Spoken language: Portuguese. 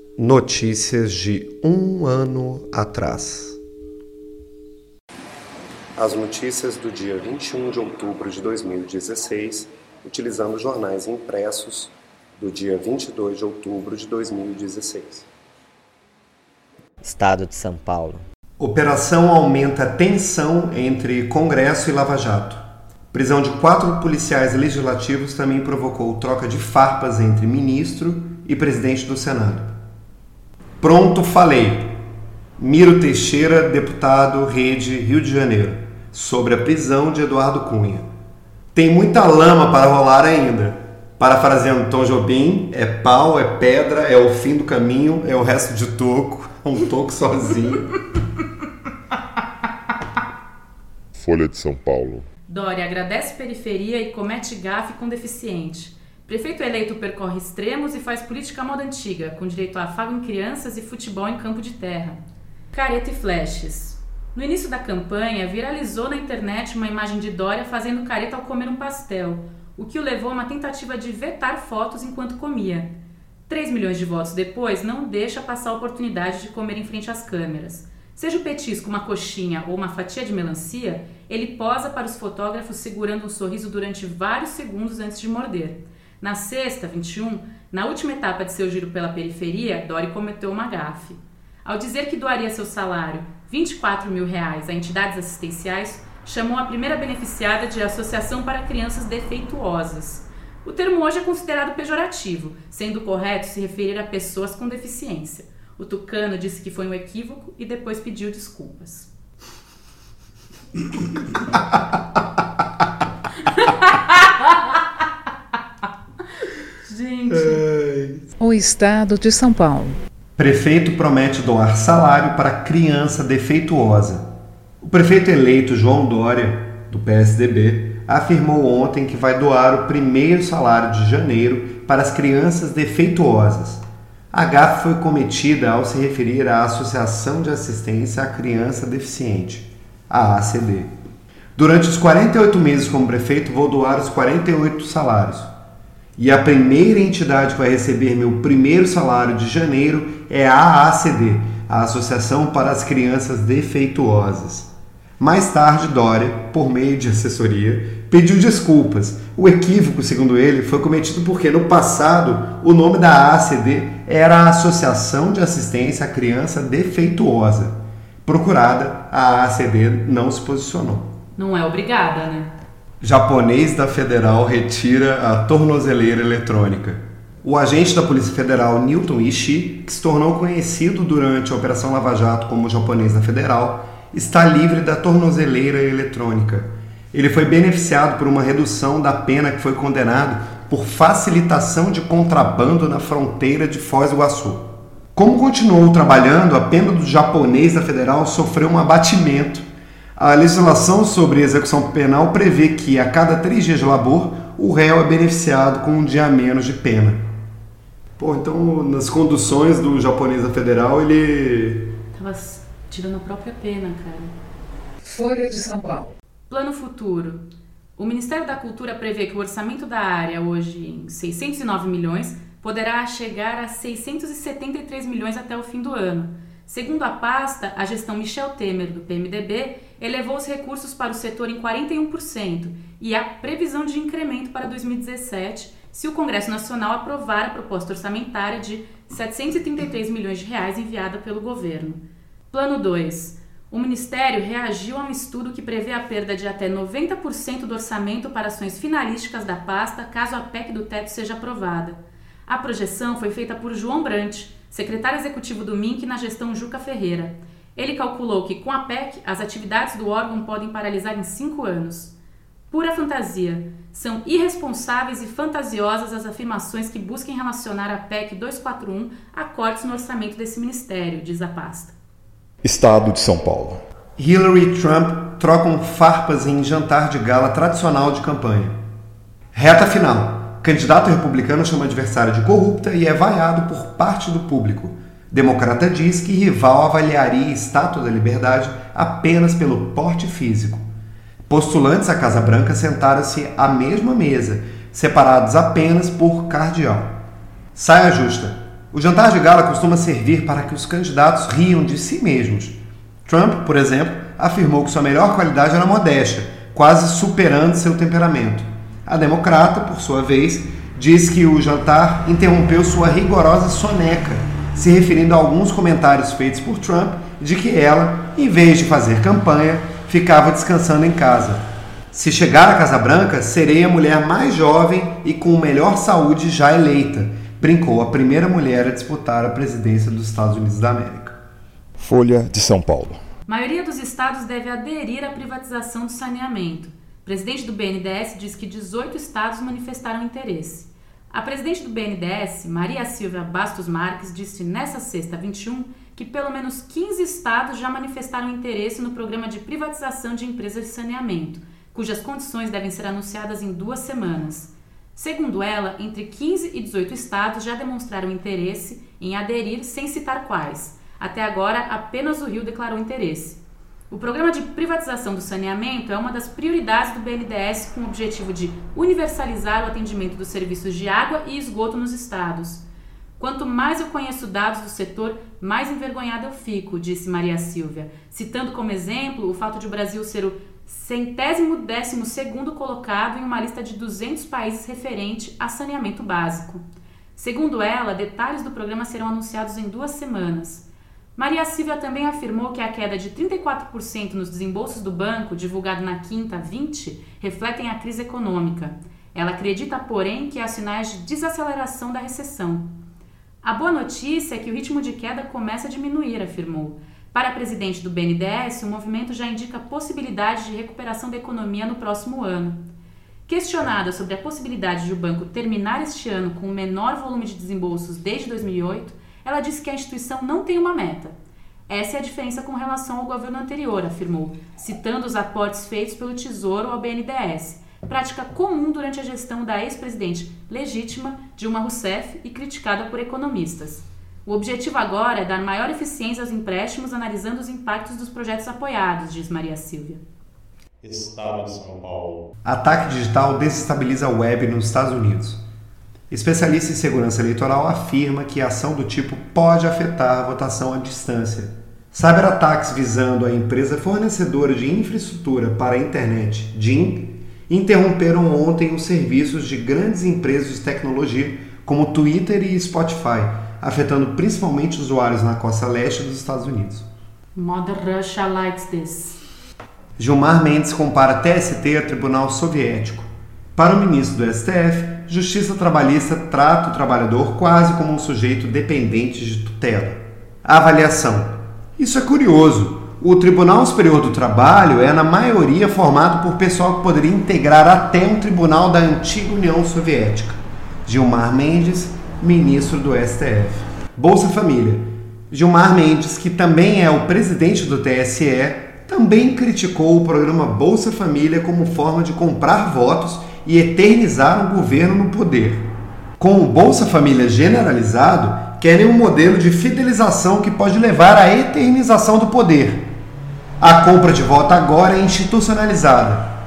Notícias de um ano atrás. As notícias do dia 21 de outubro de 2016, utilizando jornais impressos do dia 22 de outubro de 2016. Estado de São Paulo. Operação aumenta tensão entre Congresso e Lava Jato. Prisão de 4 policiais legislativos também provocou troca de farpas entre ministro e presidente do Senado. Pronto, falei. Miro Teixeira, deputado, Rede, Rio de Janeiro, sobre a prisão de Eduardo Cunha. Tem muita lama para rolar ainda. Parafraseando Tom Jobim, é pau, é pedra, é o fim do caminho, é o resto de toco, um toco sozinho. Folha de São Paulo. Dória agradece periferia e comete gafe com deficiente. Prefeito eleito percorre extremos e faz política à moda antiga, com direito a afago em crianças e futebol em campo de terra. Careta e flashes. No início da campanha, viralizou na internet uma imagem de Dória fazendo careta ao comer um pastel, o que o levou a uma tentativa de vetar fotos enquanto comia. 3 milhões de votos depois, não deixa passar a oportunidade de comer em frente às câmeras. Seja o petisco uma coxinha ou uma fatia de melancia, ele posa para os fotógrafos segurando um sorriso durante vários segundos antes de morder. Na sexta, 21, na última etapa de seu giro pela periferia, Dória cometeu uma gafe. Ao dizer que doaria seu salário, R$24 mil, a entidades assistenciais, chamou a primeira beneficiada de Associação para Crianças Defeituosas. O termo hoje é considerado pejorativo, sendo correto se referir a pessoas com deficiência. O tucano disse que foi um equívoco e depois pediu desculpas. Gente. O Estado de São Paulo. Prefeito promete doar salário para criança defeituosa. O prefeito eleito João Dória, do PSDB, afirmou ontem que vai doar o primeiro salário de janeiro para as crianças defeituosas. A gafe foi cometida ao se referir à Associação de Assistência à Criança Deficiente, a ACD. Durante os 48 meses como prefeito, vou doar os 48 salários. E a primeira entidade que vai receber meu primeiro salário de janeiro é a ACD, a Associação para as Crianças Defeituosas. Mais tarde, Dória, por meio de assessoria, pediu desculpas. O equívoco, segundo ele, foi cometido porque, no passado, o nome da ACD era a Associação de Assistência à Criança Defeituosa. Procurada, a ACD não se posicionou. Não é obrigada, né? Japonês da Federal retira a tornozeleira eletrônica. O agente da Polícia Federal, Newton Ishii, que se tornou conhecido durante a Operação Lava Jato como japonês da Federal, está livre da tornozeleira eletrônica. Ele foi beneficiado por uma redução da pena que foi condenado por facilitação de contrabando na fronteira de Foz do Iguaçu. Como continuou trabalhando, a pena do japonês da Federal sofreu um abatimento. A legislação sobre execução penal prevê que, a cada 3 dias de labor, o réu é beneficiado com um dia a menos de pena. Pô, então, nas conduções do japonês da Federal, ele... Tava tirando a própria pena, cara. Folha de São Paulo. Plano futuro. O Ministério da Cultura prevê que o orçamento da área, hoje em 609 milhões, poderá chegar a 673 milhões até o fim do ano. Segundo a pasta, a gestão Michel Temer, do PMDB, elevou os recursos para o setor em 41% e há previsão de incremento para 2017, se o Congresso Nacional aprovar a proposta orçamentária de 733 milhões de reais enviada pelo governo. Plano 2. O Ministério reagiu a um estudo que prevê a perda de até 90% do orçamento para ações finalísticas da pasta caso a PEC do teto seja aprovada. A projeção foi feita por João Brant, secretário executivo do MINC na gestão Juca Ferreira. Ele calculou que, com a PEC, as atividades do órgão podem paralisar em 5 anos. Pura fantasia. São irresponsáveis e fantasiosas as afirmações que busquem relacionar a PEC 241 a cortes no orçamento desse ministério, diz a pasta. Estado de São Paulo. Hillary e Trump trocam farpas em jantar de gala tradicional de campanha. Reta final. Candidato republicano chama adversário de corrupta e é vaiado por parte do público. Democrata diz que rival avaliaria estátua da liberdade apenas pelo porte físico. Postulantes à Casa Branca sentaram-se à mesma mesa, separados apenas por cardeal. Saia justa. O jantar de gala costuma servir para que os candidatos riam de si mesmos. Trump, por exemplo, afirmou que sua melhor qualidade era a modéstia, quase superando seu temperamento. A democrata, por sua vez, diz que o jantar interrompeu sua rigorosa soneca, se referindo a alguns comentários feitos por Trump de que ela, em vez de fazer campanha, ficava descansando em casa. Se chegar à Casa Branca, serei a mulher mais jovem e com melhor saúde já eleita, brincou a primeira mulher a disputar a presidência dos Estados Unidos da América. Folha de São Paulo. A maioria dos estados deve aderir à privatização do saneamento. O presidente do BNDES diz que 18 estados manifestaram interesse. A presidente do BNDES, Maria Silvia Bastos Marques, disse nesta sexta, 21, que pelo menos 15 estados já manifestaram interesse no programa de privatização de empresas de saneamento, cujas condições devem ser anunciadas em 2 semanas. Segundo ela, entre 15 e 18 estados já demonstraram interesse em aderir sem citar quais. Até agora, apenas o Rio declarou interesse. O programa de privatização do saneamento é uma das prioridades do BNDES com o objetivo de universalizar o atendimento dos serviços de água e esgoto nos estados. Quanto mais eu conheço dados do setor, mais envergonhada eu fico, disse Maria Silvia, citando como exemplo o fato de o Brasil ser o 112º colocado em uma lista de 200 países referente a saneamento básico. Segundo ela, detalhes do programa serão anunciados em 2 semanas. Maria Silvia também afirmou que a queda de 34% nos desembolsos do banco, divulgado na quinta, 20, refletem a crise econômica. Ela acredita, porém, que há sinais de desaceleração da recessão. A boa notícia é que o ritmo de queda começa a diminuir, afirmou. Para a presidente do BNDES, o movimento já indica a possibilidade de recuperação da economia no próximo ano. Questionada sobre a possibilidade de o banco terminar este ano com o menor volume de desembolsos desde 2008, ela disse que a instituição não tem uma meta. Essa é a diferença com relação ao governo anterior, afirmou, citando os aportes feitos pelo Tesouro ao BNDES, prática comum durante a gestão da ex-presidente legítima Dilma Rousseff e criticada por economistas. O objetivo agora é dar maior eficiência aos empréstimos analisando os impactos dos projetos apoiados, diz Maria Silvia. Estado de São Paulo. Ataque digital desestabiliza a web nos Estados Unidos. Especialista em segurança eleitoral afirma que a ação do tipo pode afetar a votação à distância. Cyberataques visando a empresa fornecedora de infraestrutura para a internet, DIN, interromperam ontem os serviços de grandes empresas de tecnologia como Twitter e Spotify, afetando principalmente usuários na costa leste dos Estados Unidos. Mother Russia likes this. Gilmar Mendes compara TST a tribunal soviético. Para o ministro do STF, Justiça Trabalhista trata o trabalhador quase como um sujeito dependente de tutela. A avaliação. Isso é curioso. O Tribunal Superior do Trabalho é, na maioria, formado por pessoal que poderia integrar até um tribunal da antiga União Soviética. Gilmar Mendes, ministro do STF. Bolsa Família. Gilmar Mendes, que também é o presidente do TSE, também criticou o programa Bolsa Família como forma de comprar votos e eternizar o governo no poder. Com o Bolsa Família generalizado, querem um modelo de fidelização que pode levar à eternização do poder. A compra de voto agora é institucionalizada.